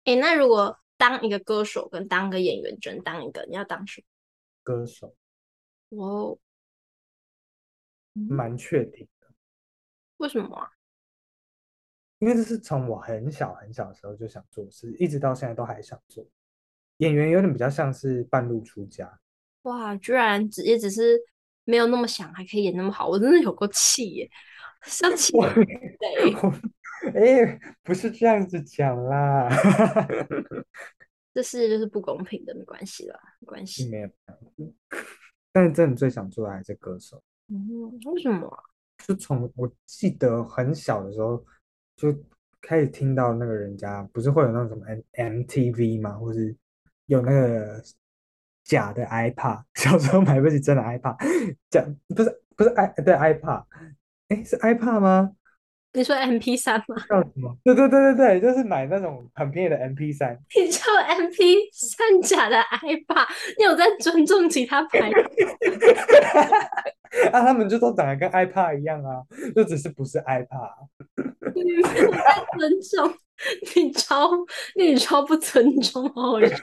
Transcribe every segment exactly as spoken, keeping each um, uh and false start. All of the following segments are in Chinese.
诶，那如果当一个歌手跟当个演员，只能当一个，你要当什么？ 歌手， 哦，嗯， 蛮确定。 为什么啊？ 因为这是从我很小很小的时候就想做的事，一直到现在都还想做。演员有点比较像是半路出家。 哇，居然只也只是没有那么想，还可以演那么好，我真的有够气耶！是要气我谁？ 我哎，不是这样子讲啦。 这世界就是不公平的，没关系啦，没关系。 并没有，但是真的最想做的还是歌手。 嗯，为什么啊？ 就从我记得很小的时候就开始听到那个人家不是会有那种什么 M MTV 吗？或是有那个假的 iPad，小时候买不起真的 iPad，假不是不是 i 对 iPad，哎是 iPad 吗？ 你说 M P 三吗？ 叫什么？对对对对对，就是买那种很便宜的 M P 三。 你叫 M P 三假的 iPad，你有在尊重其他牌？ 啊，他们就都长得跟 iPad 一样啊，就只是不是 iPad。 你没有在尊重，你超你超不尊重，好好笑。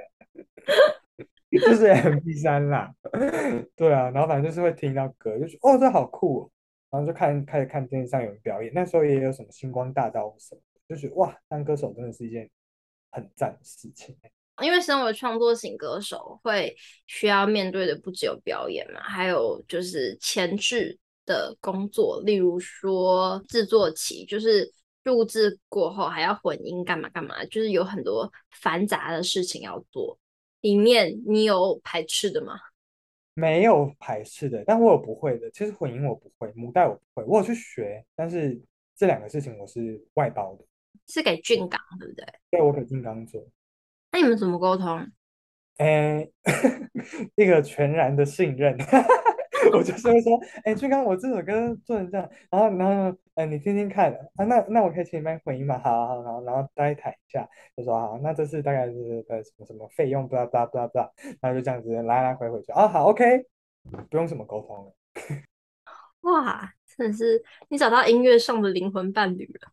就是 M P 三啦。对啊，然后反正就是会听到歌，就觉得哦这好酷哦，然后就看开始看电视上有人表演，那时候也有什么星光大道什么的，就觉得哇，当歌手真的是一件很赞的事情。 因为身为创作型歌手，会需要面对的不只有表演嘛，还有就是前置的工作，例如说制作期，就是录制过后还要混音干嘛干嘛，就是有很多繁杂的事情要做。里面你有排斥的吗？ 没有排斥的，但我有不会的。其实混音我不会，母带我不会，我有去学，但是这两个事情我是外包的。 是给俊港，对不对？ 对，我给金刚做。 那你们怎么沟通？ 哎，一个全然的信任。我就是会说，哎，俊刚，我这首歌做成这样，然后，然后，呃，你听听看啊，那那我可以请你帮回音吗？好好，好然后，然后大家谈一下，就说好，那这是大概是呃什么什么费用，blah blah blah blah，然后就这样子来来回回就，哦，好，OK，不用什么沟通了。 哇，真的是你找到音乐上的灵魂伴侣了。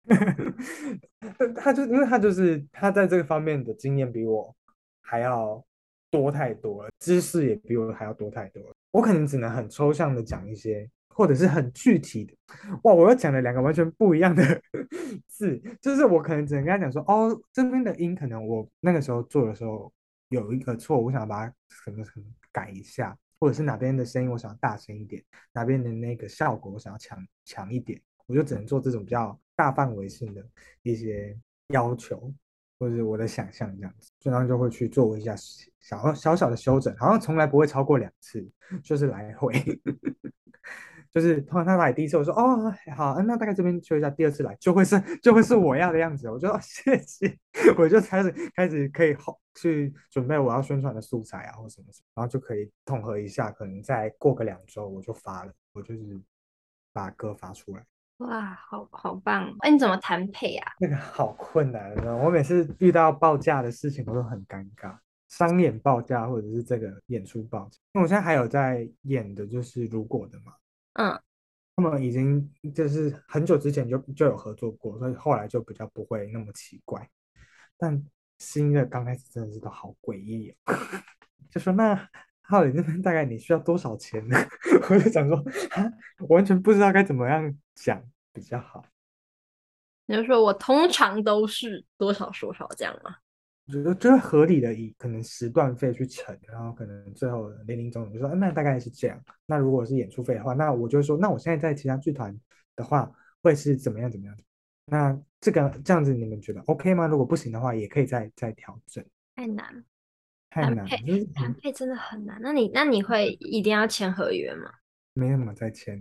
他就因为他就是他在这个方面的经验比我还要多太多了，知识也比我还要多太多了。我可能只能很抽象的讲一些，或者是很具体的。哇，我又讲了两个完全不一样的字，就是我可能只能跟他讲说，哦，这边的音可能我那个时候做的时候有一个错，我想把它可能可能改一下，或者是哪边的声音我想要大声一点，哪边的那个效果我想要强强一点。我就只能做这种比较大范围性的一些要求，或者是我的想象这样子，所以然后就会去做一下小小小的修整，好像从来不会超过两次，就是来回。就是通常他来第一次，我说哦好，那大概这边修一下，第二次来就会是就会是我要的样子，我就哦谢谢，我就开始开始可以好去准备我要宣传的素材啊或什么什么，然后就可以统合一下，可能再过个两周我就发了，我就是把歌发出来。 哇，好好棒哦！哎，你怎么谈配啊？ 那个好困难的，我每次遇到报价的事情，我都很尴尬。商演报价或者是这个演出报价，因为我现在还有在演的，就是如果的嘛， 嗯， 他们已经就是很久之前就就有合作过，所以后来就比较不会那么奇怪。但新的刚开始真的是都好诡异哦，就说那浩里那边大概你需要多少钱呢？我就想说，啊，我完全不知道该怎么样讲比较好。 你就说我通常都是多少多少这样吗？ 我觉得就是合理的以可能时段费去乘，然后可能最后零零总总就说，啊那大概是这样。那如果是演出费的话，那我就说，那我现在在其他剧团的话，会是怎么样怎么样？那这个这样子你们觉得 OK 吗？如果不行的话，也可以再再调整。 太难， 太难了， 谈配就是很谈配真的很难。那你那你会一定要签合约吗？ 没什么在签。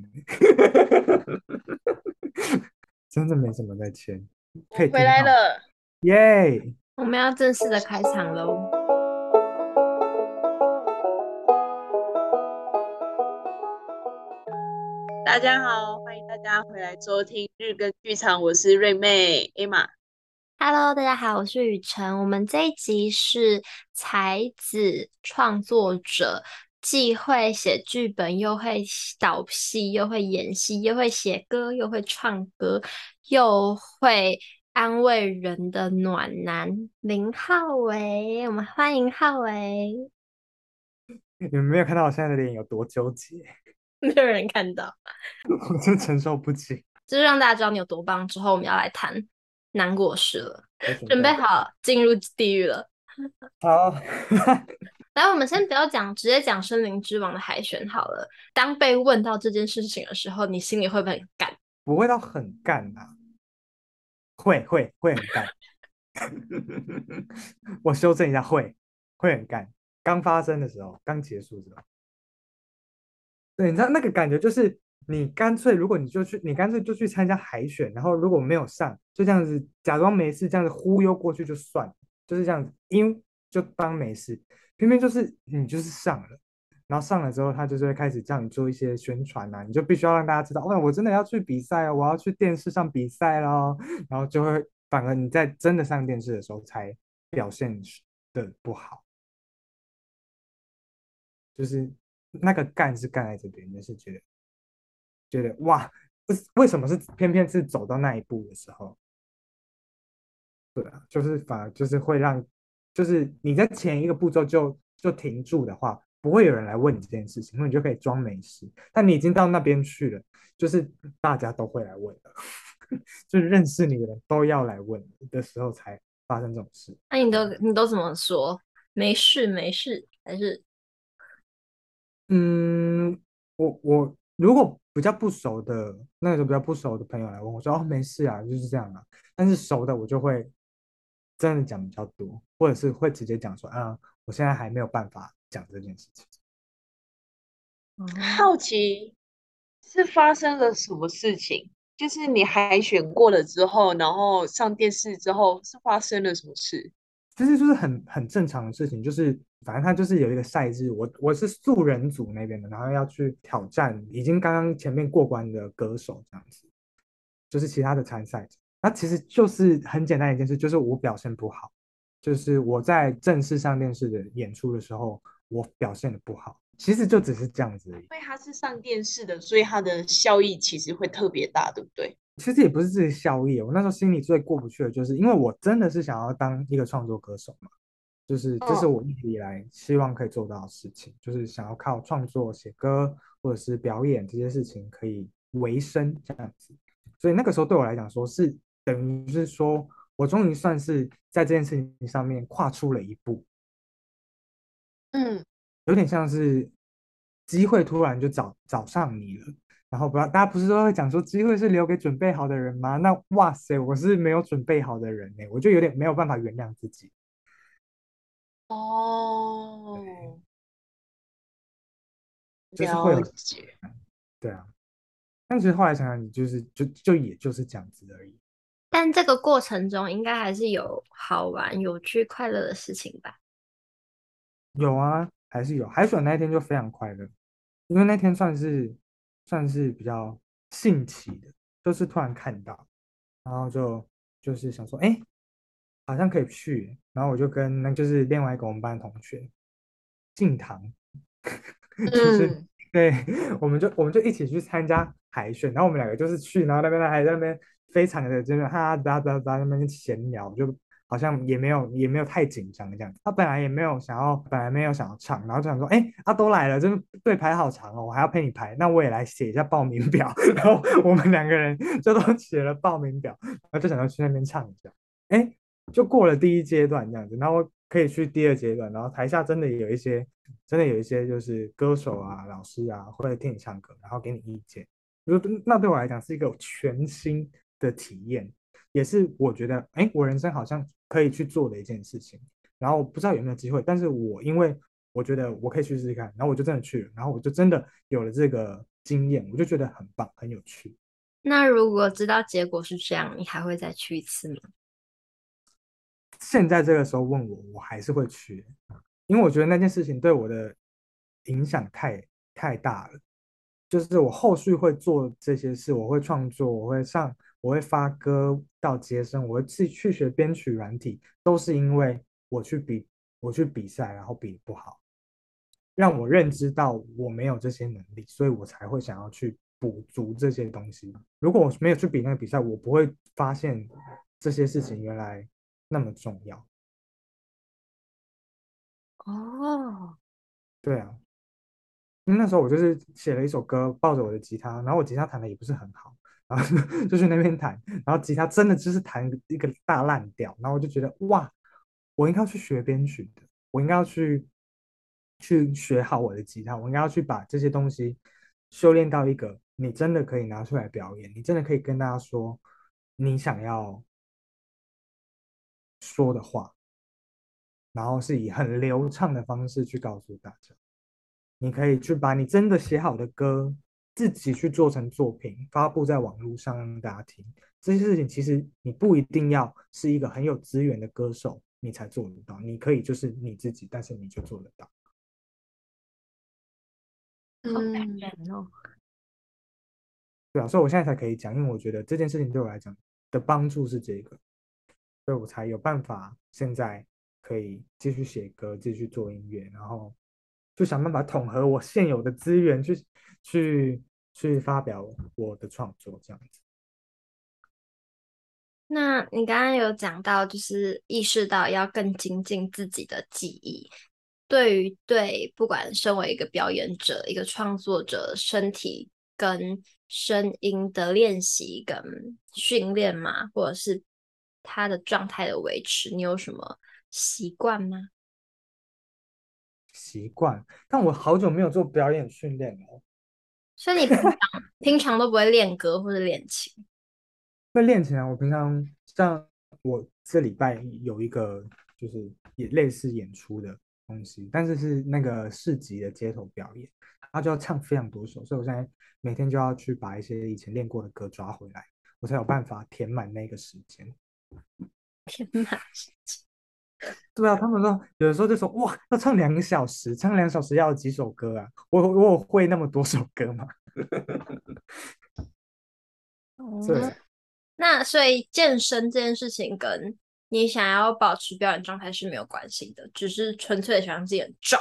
真的没什么在签，可以我回听到， 来了， 耶！ 我们要正式的开场喽。 大家好，欢迎大家回来收听日更剧场，我是瑞妹 Emma。 Hello，大家好，我是雨辰。我们这一集是才子创作者，既会写剧本，又会导戏，又会演戏，又会写歌，又会唱歌，又会安慰人的暖男林浩维，我们欢迎浩维。 你们没有看到我现在的脸有多纠结， 没有人看到， 我真承受不起。 就是让大家知道你有多棒。之后我们要来谈难过事了， 我准准备备好进入地狱了。 好。 来，我们先不要讲，直接讲森林之王的海选好了。当被问到这件事情的时候，你心里会不会很干？ 不会到很干呐、会会会很干。我修正一下，会会很干。刚发生的时候，刚结束的时候，对，你知道那个感觉就是你干脆，如果你就去，你干脆就去参加海选，然后如果没有上，就这样子假装没事，这样子忽悠过去就算了，就是这样子，因就当没事。偏偏就是你就是上了，然后上了之后，他就是会开始叫你做一些宣传啊，你就必须要让大家知道，哇，我真的要去比赛哦，我要去电视上比赛咯，然后就会反而你在真的上电视的时候才表现的不好，就是那个干是干在这边，就是觉得觉得哇，为为什么是偏偏是走到那一步的时候，对啊，就是反而就是会让，就是你在前一个步骤就就停住的话，不会有人来问你这件事情，因为你就可以装没事。但你已经到那边去了，就是大家都会来问的，就是认识你的人都要来问的时候才发生这种事。 那你都你都怎么说？没事没事，还是嗯，我我如果比较不熟的，那个时候比较不熟的朋友来问我说，哦，没事啊，就是这样啊。但是熟的我就会真的讲比较多，或者是会直接讲说，啊，我现在还没有办法讲这件事情。 哦， 好奇是发生了什么事情？就是你海选过了之后，然后上电视之后，是发生了什么事？ 其实就是很很正常的事情，就是反正他就是有一个赛制，我我是素人组那边的，然后要去挑战已经刚刚前面过关的歌手这样子，就是其他的参赛者。那其实就是很简单的一件事，就是我表现不好，就是我在正式上电视的演出的时候，我表现的不好，其实就只是这样子而已。 因为它是上电视的，所以它的效益其实会特别大，对不对？ 其实也不是自己效益，我那时候心里最过不去的就是，因为我真的是想要当一个创作歌手嘛，就是这是嗯， 我一直以来希望可以做到的事情，就是想要靠创作、写歌或者是表演这些事情可以维生这样子。所以那个时候对我来讲说是等于是说我终于算是在这件事情上面跨出了一步， 嗯， 有点像是机会突然就找找上你了。然后不要，大家不是都会讲说机会是留给准备好的人吗？那哇塞，我是没有准备好的人呢，我就有点没有办法原谅自己。 哦， 就是会有， 了解。 对啊。但其实后来想想，你就是就就也就是这样子而已。 但这个过程中应该还是有好玩、有趣、快乐的事情吧？ 有啊，还是有。海选那一天就非常快乐，因为那天算是算是比较兴起的，就是突然看到，然后就就是想说，哎，好像可以去。然后我就跟那就是另外一个我们班的同学进堂，就是嗯， 对，我们就我们就一起去参加海选，然后我们两个就是去，然后那边还在那边非常的就是哈哒哒哒那边闲聊，就好像也没有也没有太紧张这样子。他本来也没有想要，本来没有想要唱，然后就想说，哎，啊都来了，这队排好长哦，我还要陪你排，那我也来写一下报名表。然后我们两个人就都写了报名表，然后就想要去那边唱一下。哎，就过了第一阶段这样子，然后可以去第二阶段，然后台下真的有一些，真的有一些就是歌手啊、老师啊会听你唱歌，然后给你意见，就那对我来讲是一个全新的体验，也是我觉得，哎，我人生好像可以去做的一件事情。然后不知道有没有机会，但是我因为我觉得我可以去试试看，然后我就真的去了，然后我就真的有了这个经验，我就觉得很棒，很有趣。 那如果知道结果是这样，你还会再去一次吗？ 现在这个时候问我，我还是会去，因为我觉得那件事情对我的影响太太大了。就是我后续会做这些事，我会创作，我会上，我会发歌到街声，我会去去学编曲软体，都是因为我去比我去比赛，然后比得不好，让我认知到我没有这些能力，所以我才会想要去补足这些东西。如果我没有去比那个比赛，我不会发现这些事情原来那么重要。 哦， 对啊，因为那时候我就是写了一首歌，抱着我的吉他，然后我吉他弹的也不是很好，然后就去那边弹，然后吉他真的就是弹一个大烂调，然后我就觉得哇，我应该要去学编曲的，我应该要去去学好我的吉他，我应该要去把这些东西修炼到一个你真的可以拿出来表演，你真的可以跟大家说你想要说的话，然后是以很流畅的方式去告诉大家。你可以去把你真的写好的歌自己去做成作品，发布在网络上让大家听。这些事情其实你不一定要是一个很有资源的歌手，你才做得到。你可以就是你自己，但是你就做得到。 好感嗯， 人哦。 对啊，所以我现在才可以讲，因为我觉得这件事情对我来讲的帮助是这个，所以我才有办法现在可以继续写歌，继续做音乐，然后就想办法统合我现有的资源去去去发表我的创作，这样子。 那你刚刚有讲到，就是意识到要更精进自己的技艺。对于对，不管身为一个表演者、一个创作者，身体跟声音的练习跟训练嘛，或者是他的状态的维持，你有什么习惯吗？ 习惯，但我好久没有做表演训练了。 所以你平常平常都不会练歌或者练琴？ 会练起来，我平常像我这礼拜有一个就是也类似演出的东西，但是是那个市集的街头表演，他就要唱非常多首，所以我现在每天就要去把一些以前练过的歌抓回来，我才有办法填满那个时间。 天哪！ 对啊，他们说有的时候就说哇，要唱两个小时，唱两小时要有几首歌啊？我我有会那么多首歌吗？ 哦， 对， 那所以健身这件事情跟你想要保持表演状态是没有关系的，只是纯粹的想让自己很壮。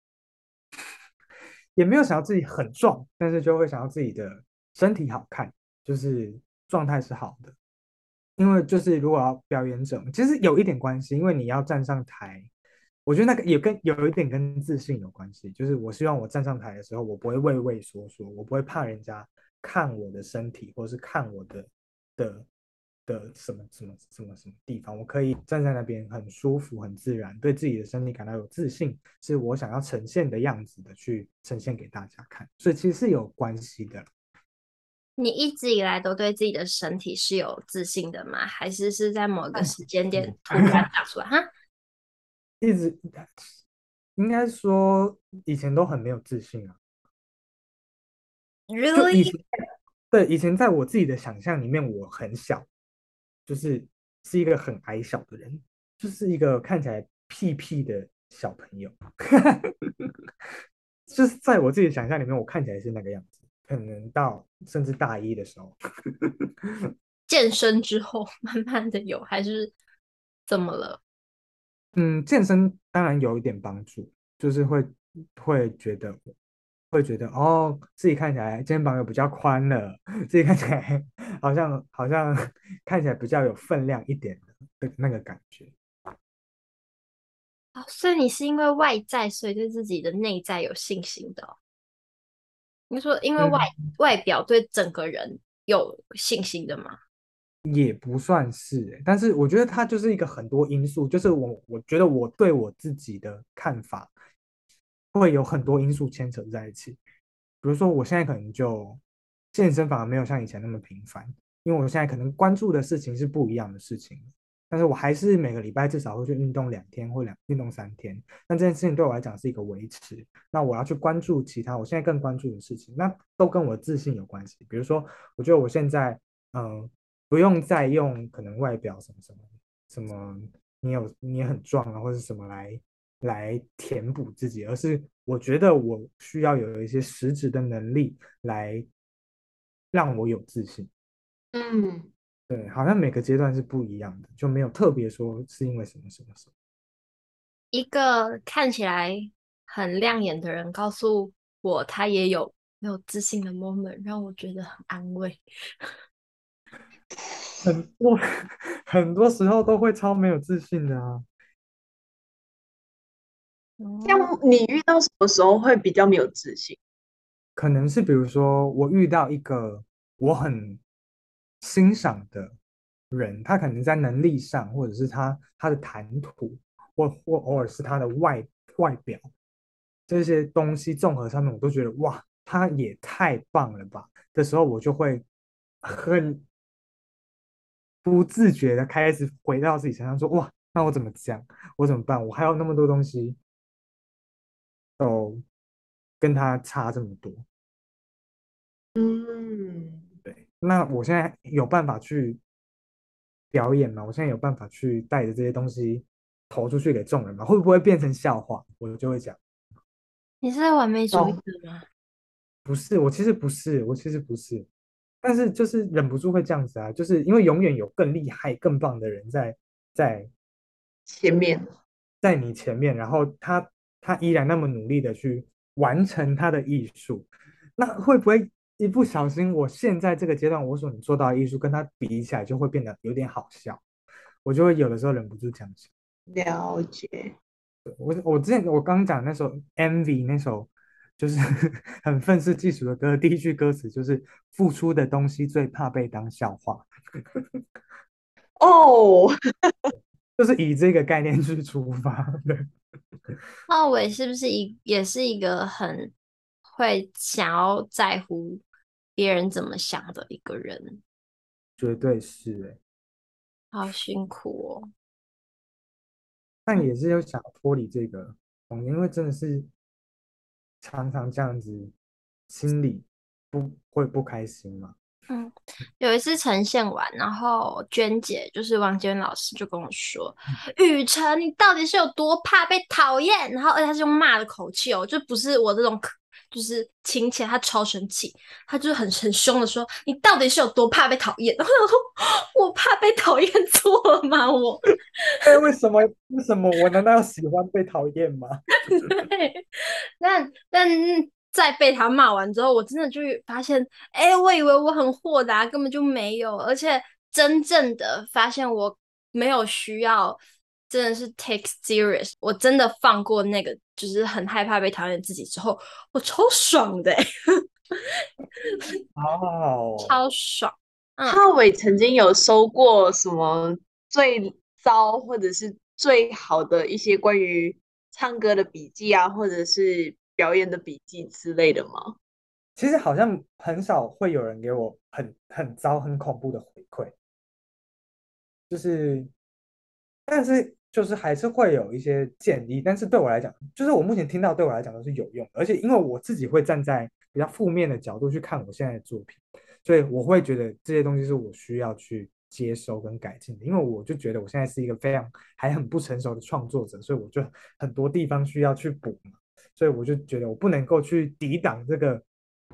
也没有想要自己很壮，但是就会想要自己的身体好看，就是状态是好的。因为就是如果要表演者，其实有一点关系，因为你要站上台，我觉得那个也跟有一点跟自信有关系。就是我希望我站上台的时候，我不会畏畏缩缩，我不会怕人家看我的身体，或是看我的的的什么什么什么什么地方，我可以站在那边很舒服、很自然，对自己的身体感到有自信，是我想要呈现的样子的去呈现给大家看，所以其实是有关系的。 你一直以来都对自己的身体是有自信的吗？还是是在某一个但时间是点突然长出来？哈一直应该说以前都很没有自信啊，就以 ，really？ 前对以前在我自己的想象里面，我很小，就是是一个很矮小的人，就是一个看起来屁屁的小朋友，就是在我自己的想象里面，我看起来是那个样子。可能到甚至大一的时候， 健身之后慢慢的有，还是怎么了？ 嗯，健身当然有一点帮助，就是会会觉得会觉得哦，自己看起来肩膀有比较宽了，自己看起来好像好像看起来比较有分量一点的那个感觉。 哦，所以你是因为外在，所以对自己的内在有信心的哦。你说因为外嗯， 外表对整个人有信心的吗？ 也不算是欸，但是我觉得它就是一个很多因素，就是我我觉得我对我自己的看法会有很多因素牵扯在一起。比如说，我现在可能就健身反而没有像以前那么频繁，因为我现在可能关注的事情是不一样的事情，但是我还是每个礼拜至少会去运动两天或两运动三天。那这件事情对我来讲是一个维持。那我要去关注其他我现在更关注的事情，那都跟我的自信有关系。比如说，我觉得我现在嗯不用再用可能外表什么什么什么，你有你也很壮啊，或者什么来来填补自己，而是我觉得我需要有一些实质的能力来让我有自信。 嗯， 对，好像每个阶段是不一样的，就没有特别说是因为什么什么什么。 一个看起来很亮眼的人告诉我，他也有没有自信的 moment，让我觉得很安慰。 很多很多时候都会超没有自信的啊。 像哦， 你遇到什么时候会比较没有自信？ 可能是比如说我遇到一个我很欣赏的人，他可能在能力上，或者是他他的谈吐，或或偶尔是他的外外表这些东西综合上面，我都觉得哇，他也太棒了吧的时候，我就会很不自觉的开始回到自己身上说，哇，那我怎么讲？我怎么办？我还有那么多东西都跟他差这么多。 嗯， 那我现在有办法去表演吗？我现在有办法去带着这些东西投出去给众人吗？会不会变成笑话？我就会讲， 你是在完美主义懂。 的吗？ 不是，我其实不是，我其实不是，但是就是忍不住会这样子啊，就是因为永远有更厉害、更棒的人在在前面。 在你前面，然后他他依然那么努力的去完成他的艺术，那会不会一不小心，我现在这个阶段我所能做到的艺术跟他比起来，就会变得有点好笑？我就会有的时候忍不住这样想。 了解。 我我之前我刚刚讲那首《Envy》那首就是很愤世嫉俗的歌，第一句歌词就是付出的东西最怕被当笑话， 哦， 就是以这个概念去出发的。 浩伟是不是一也是一个很会想要在乎别人怎么想的一个人？ 绝对是欸， 好辛苦哦。 但嗯也是有想脱离这个东西，因为真的是常常这样子，心里不会不开心嘛。 嗯，有一次呈现完，然后娟姐就是王娟老师就跟我说：“雨辰，你到底是有多怕被讨厌？”然后而且他是用骂的口气哦，就不是我这种可就是亲切，他超生气，他就是很很凶的说：“你到底是有多怕被讨厌？”然后我想说：“我怕被讨厌错了吗？我。” 哎，为什么？为什么？我难道要喜欢被讨厌吗？ 对，但但在被他骂完之后，我真的就发现，哎，我以为我很豁达，根本就没有，而且真正的发现我没有需要，真的是 take serious，我真的放过那个就是很害怕被讨厌的自己之后，我超爽的欸， 好好哦。 超爽，嗯。 浩伟曾经有收过什么最糟或者是最好的一些关于唱歌的笔记啊，或者是表演的笔记之类的吗？ 其实好像很少会有人给我很很糟、很恐怖的回馈，就是，但是就是还是会有一些建议，但是对我来讲，就是我目前听到对我来讲都是有用的，而且因为我自己会站在比较负面的角度去看我现在的作品，所以我会觉得这些东西是我需要去接收跟改进的，因为我就觉得我现在是一个非常还很不成熟的创作者，所以我就很多地方需要去补嘛，所以我就觉得我不能够去抵挡这个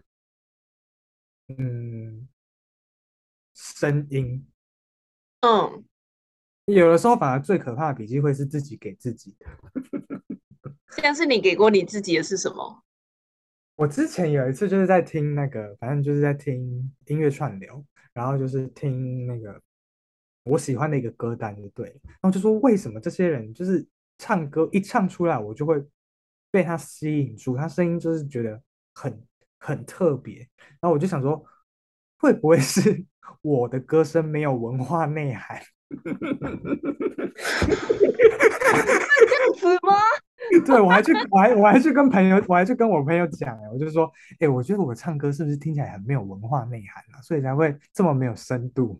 嗯声音， 嗯， 有的时候反而最可怕的笔记会是自己给自己的。 像是你给过你自己的是什么？ 我之前有一次就是在听那个，反正就是在听音乐串流，然后就是听那个我喜欢的一个歌单就对了，然后就说为什么这些人就是唱歌一唱出来，我就会被他吸引住，他声音就是觉得很很特别，然后我就想说，会不会是我的歌声没有文化内涵？ 这样子吗？ 对，我还去，我还我还去跟朋友，我还去跟我朋友讲，哎，我就说，哎，我觉得我唱歌是不是听起来很没有文化内涵啊，所以才会这么没有深度。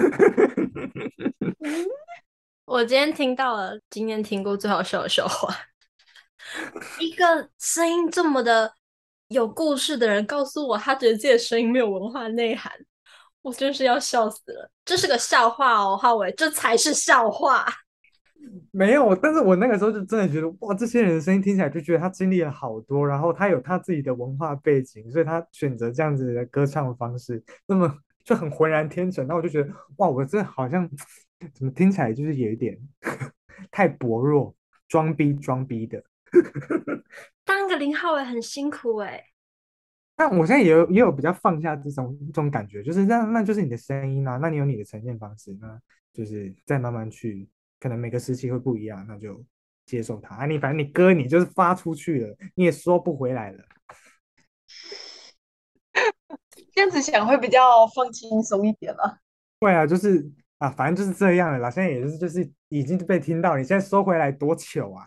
嗯， 我今天听到了今天听过最好笑的笑话。一个声音这么的有故事的人告诉我，他觉得自己的声音没有文化内涵，我真是要笑死了。这是个笑话哦，浩伟，这才是笑话。 没有，但是我那个时候就真的觉得，哇，这些人的声音听起来就觉得他经历了好多，然后他有他自己的文化背景，所以他选择这样子的歌唱方式，那么就很浑然天成。那我就觉得，哇，我这好像怎么听起来就是有一点太薄弱，装逼装逼的。 当个零号伟很辛苦诶。 但我现在也有也有比较放下这种这种感觉，就是那那就是你的声音啊，那你有你的呈现方式，那就是再慢慢去，可能每个时期会不一样，那就接受它。啊，你反正你歌你就是发出去了，你也收不回来了。 这样子想会比较放轻松一点了。 对啊，就是啊，反正就是这样了啦。现在也是就是已经被听到，你现在收回来多糗啊！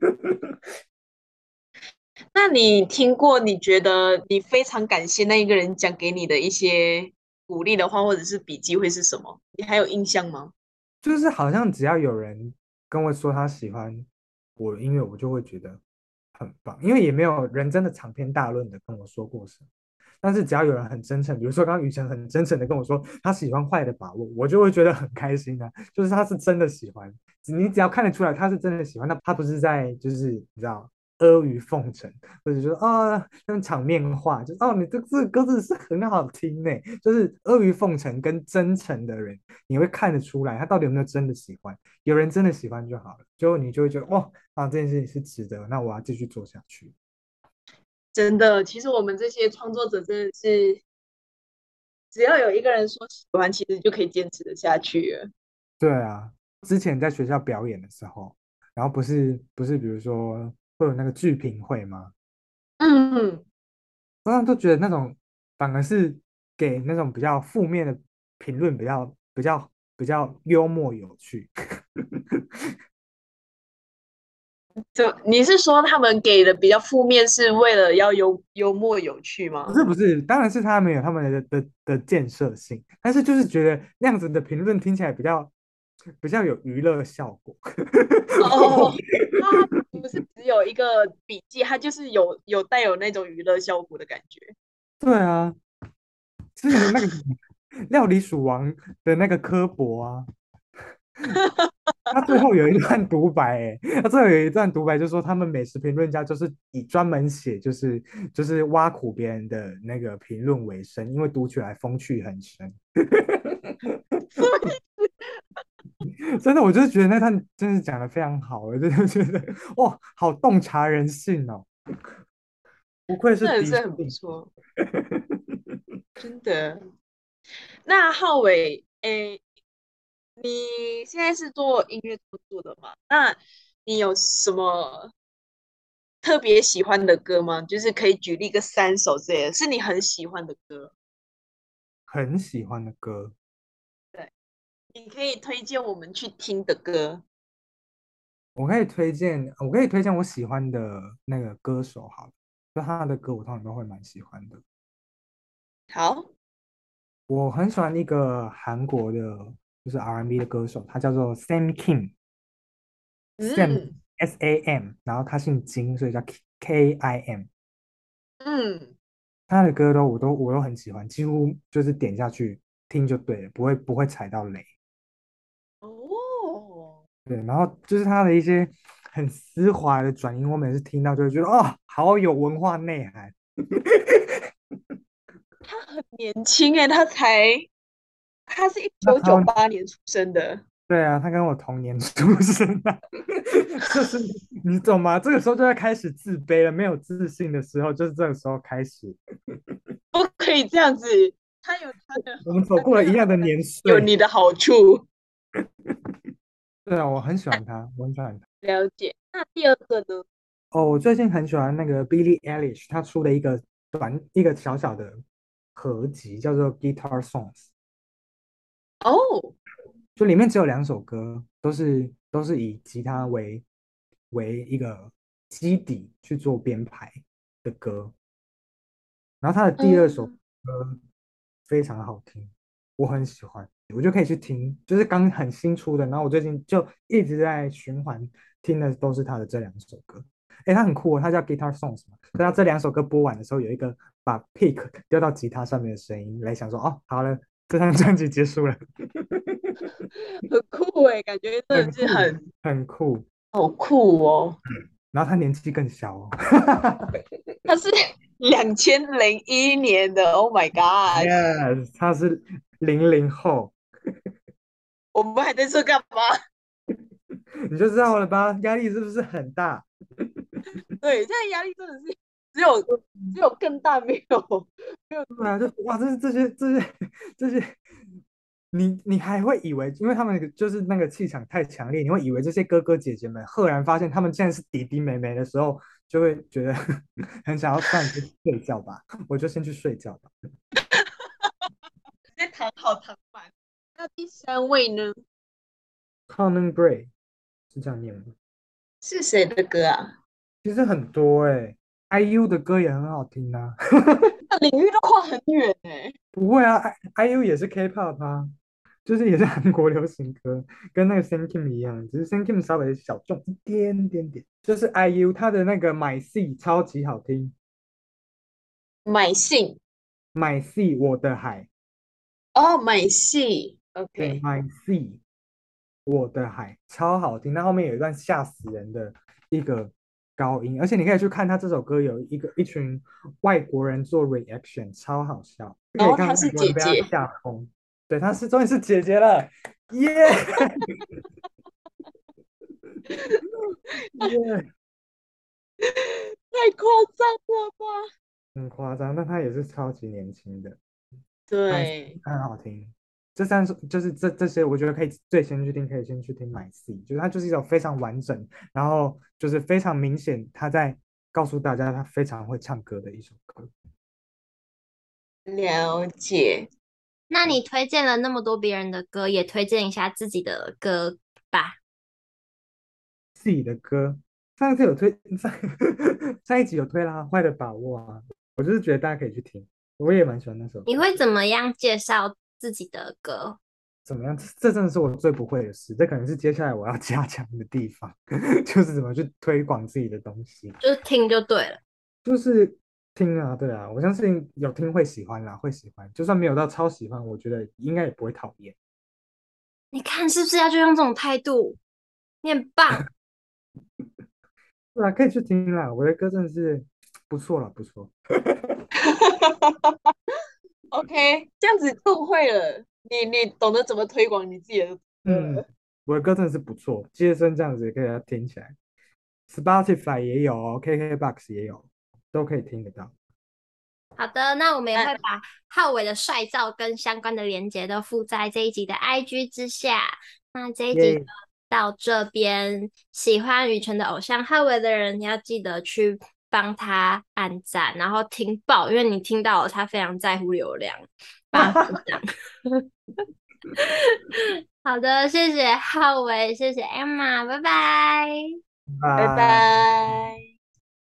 那你听过你觉得你非常感谢那一个人讲给你的一些鼓励的话，或者是笔记会是什么？你还有印象吗？ 就是好像只要有人跟我说他喜欢我的音乐，我就会觉得很棒，因为也没有人真的长篇大论的跟我说过什么。但是只要有人很真诚，比如说刚刚雨辰很真诚的跟我说他喜欢坏的把握，我就会觉得很开心啊，就是他是真的喜欢，你只要看得出来他是真的喜欢，那他不是在就是你知道阿谀奉承，或者说啊那种场面话，就哦你这这个歌词是很好听呢，就是阿谀奉承跟真诚的人，你会看得出来他到底有没有真的喜欢，有人真的喜欢就好了，最后你就会觉得哦啊这件事情是值得，那我要继续做下去。 真的，其实我们这些创作者真的是，只要有一个人说喜欢，其实就可以坚持的下去了。 对啊，之前在学校表演的时候，然后不是不是，比如说会有那个剧评会吗？ 嗯， 我常常都觉得那种反而是给那种比较负面的评论，比较比较比较幽默有趣。 就你是说他们给的比较负面，是为了要幽幽默有趣不吗？ 是不是，当然是他们有他们的的的建设性，但是就是觉得那样子的评论听起来比较比较有娱乐效果。 哦，它不是只有一个笔记，它就是有有带有那种娱乐效果的感觉。 对啊，之前的那个料理鼠王的那个科博啊，他最后有一段独白，哎，他最后有一段独白，就说他们美食评论家就是以专门写就是就是挖苦别人的那个评论为生，因为读起来风趣很深。真的，我就是觉得那段真是讲的非常好，我真的觉得哇，好洞察人性哦，不愧是那也是很不迪士尼。 错，真的。那浩伟，诶，你现在是做音乐创作的嘛？那你有什么特别喜欢的歌吗？就是可以举例个三首之类的，是你很喜欢的歌。 很喜欢的歌， 对，你可以推荐我们去听的歌。 我可以推荐，我可以推荐我喜欢的那个歌手，好了，就他的歌我通常都会蛮喜欢的。 好， 我很喜欢一个韩国的，就是 R and B 的歌手，他叫做 Sam Kim，Sam 嗯 S A M，然后他姓金，所以叫 K K I M。 嗯， 他的歌都我都我都很喜欢，几乎就是点下去听就对了，不会不会踩到雷。 哦， 对，然后就是他的一些很丝滑的转音，我每次听到就会觉得哦，好有文化内涵。 他很年轻诶，他才他是一九九那超八年出生的。 对啊，他跟我同年出生的，就是你懂吗？这个时候就要开始自卑了，没有自信的时候，就是这个时候开始。 不可以这样子，他有他的好， 我们走他这样过了一样的年岁。 有你的好处。 对啊，我很喜欢他，我很喜欢他。 了解。那第二个呢？ 哦，我最近很喜欢那个 Billie Eilish，他出了一个短一个小小的合集，叫做《Guitar Songs》， 哦， 就里面只有两首歌，都是都是以吉他为为一个基底去做编排的歌。然后他的第二首嗯， 歌非常好听，我很喜欢，我就可以去听，就是刚很新出的。然后我最近就一直在循环听的都是他的这两首歌。哎，他很酷哦，他叫 Guitar Songs 嘛，所以他这两首歌播完的时候，有一个把 pick 丢到吉他上面的声音，来想说哦，好了，这张专辑结束了。 很酷诶，感觉真的很酷， 是很很酷。 好酷哦。 然后他年纪更小哦。 他是两千零一年的，Oh my gosh！ Yes，他是零零后， 我们还在这干嘛？ 你就知道了吧？压力是不是很大？ 对，这样压力真的是只有只有更大，没有没有。 对啊，就哇，这是这些这些这些，你你还会以为，因为他们就是那个气场太强烈，你会以为这些哥哥姐姐们，赫然发现他们竟然是弟弟妹妹的时候，就会觉得很想要算去睡觉吧，我就先去睡觉吧。 直接躺好躺满。那第三位呢？ Common Gray 是这样念吗？ 是谁的歌啊？ 其实很多哎、i u 的歌也很好听啊。 那领域都跨很远哎。 不会啊，I IU 也是 K-pop 啊，就是也是韩国流行歌，跟那个 Sam Kim 一样，只是 Sam Kim 稍微小众一点点点。就是 I U 他的那个 My Sea 超级好听买信 ，My Sea 我的海， 哦，买戏对 ，OK。 ，My Sea 我的海超好听，那后面有一段吓死人的一个高音，而且你可以去看他这首歌有一个一群外国人做 reaction，超好笑，可以看外然后她是国人被他姐姐， 吓疯。对，他是终于是姐姐了，耶、耶， 太夸张了吧？ 很夸张，但他也是超级年轻的，他也是对， 很好听。这三首就是这这些，我觉得可以最先去听，可以先去听《My C》，就是它就是一首非常完整，然后就是非常明显他在告诉大家他非常会唱歌的一首歌。 了解。 那你推荐了那么多别人的歌，也推荐一下自己的歌吧。 自己的歌，上次有推上上一集有推啦，《坏的把握》啊，我就是觉得大家可以去听，我也蛮喜欢那首歌。 你会怎么样介绍自己的歌？ 怎么样？这这真的是我最不会的事，这可能是接下来我要加强的地方，就是怎么去推广自己的东西。 就是听就对了。 就是听啊，对啊，我相信有听会喜欢啦，会喜欢，就算没有到超喜欢，我觉得应该也不会讨厌。 你看是不是要就用这种态度？你很棒。 对啊，可以去听啦，我的歌真的是不错了，不错。 OK，这样子就会了。你你懂得怎么推广你自己的歌嗯， 了。 我的歌真的是不错，接生这样子也可以给它听起来，Spotify 也有哦，K K box 也有，都可以听得到。 好的，那我们也那会把浩伟的帅照跟相关的连接都附在这一集的 I G 之下。那这一集就耶， 到这边，喜欢雨辰的偶像浩伟的人，要记得去帮他按赞，然后听爆，因为你听到了他非常在乎流量，帮他分享。好的，谢谢浩伟，谢谢 Emma，拜拜。 拜拜。 拜。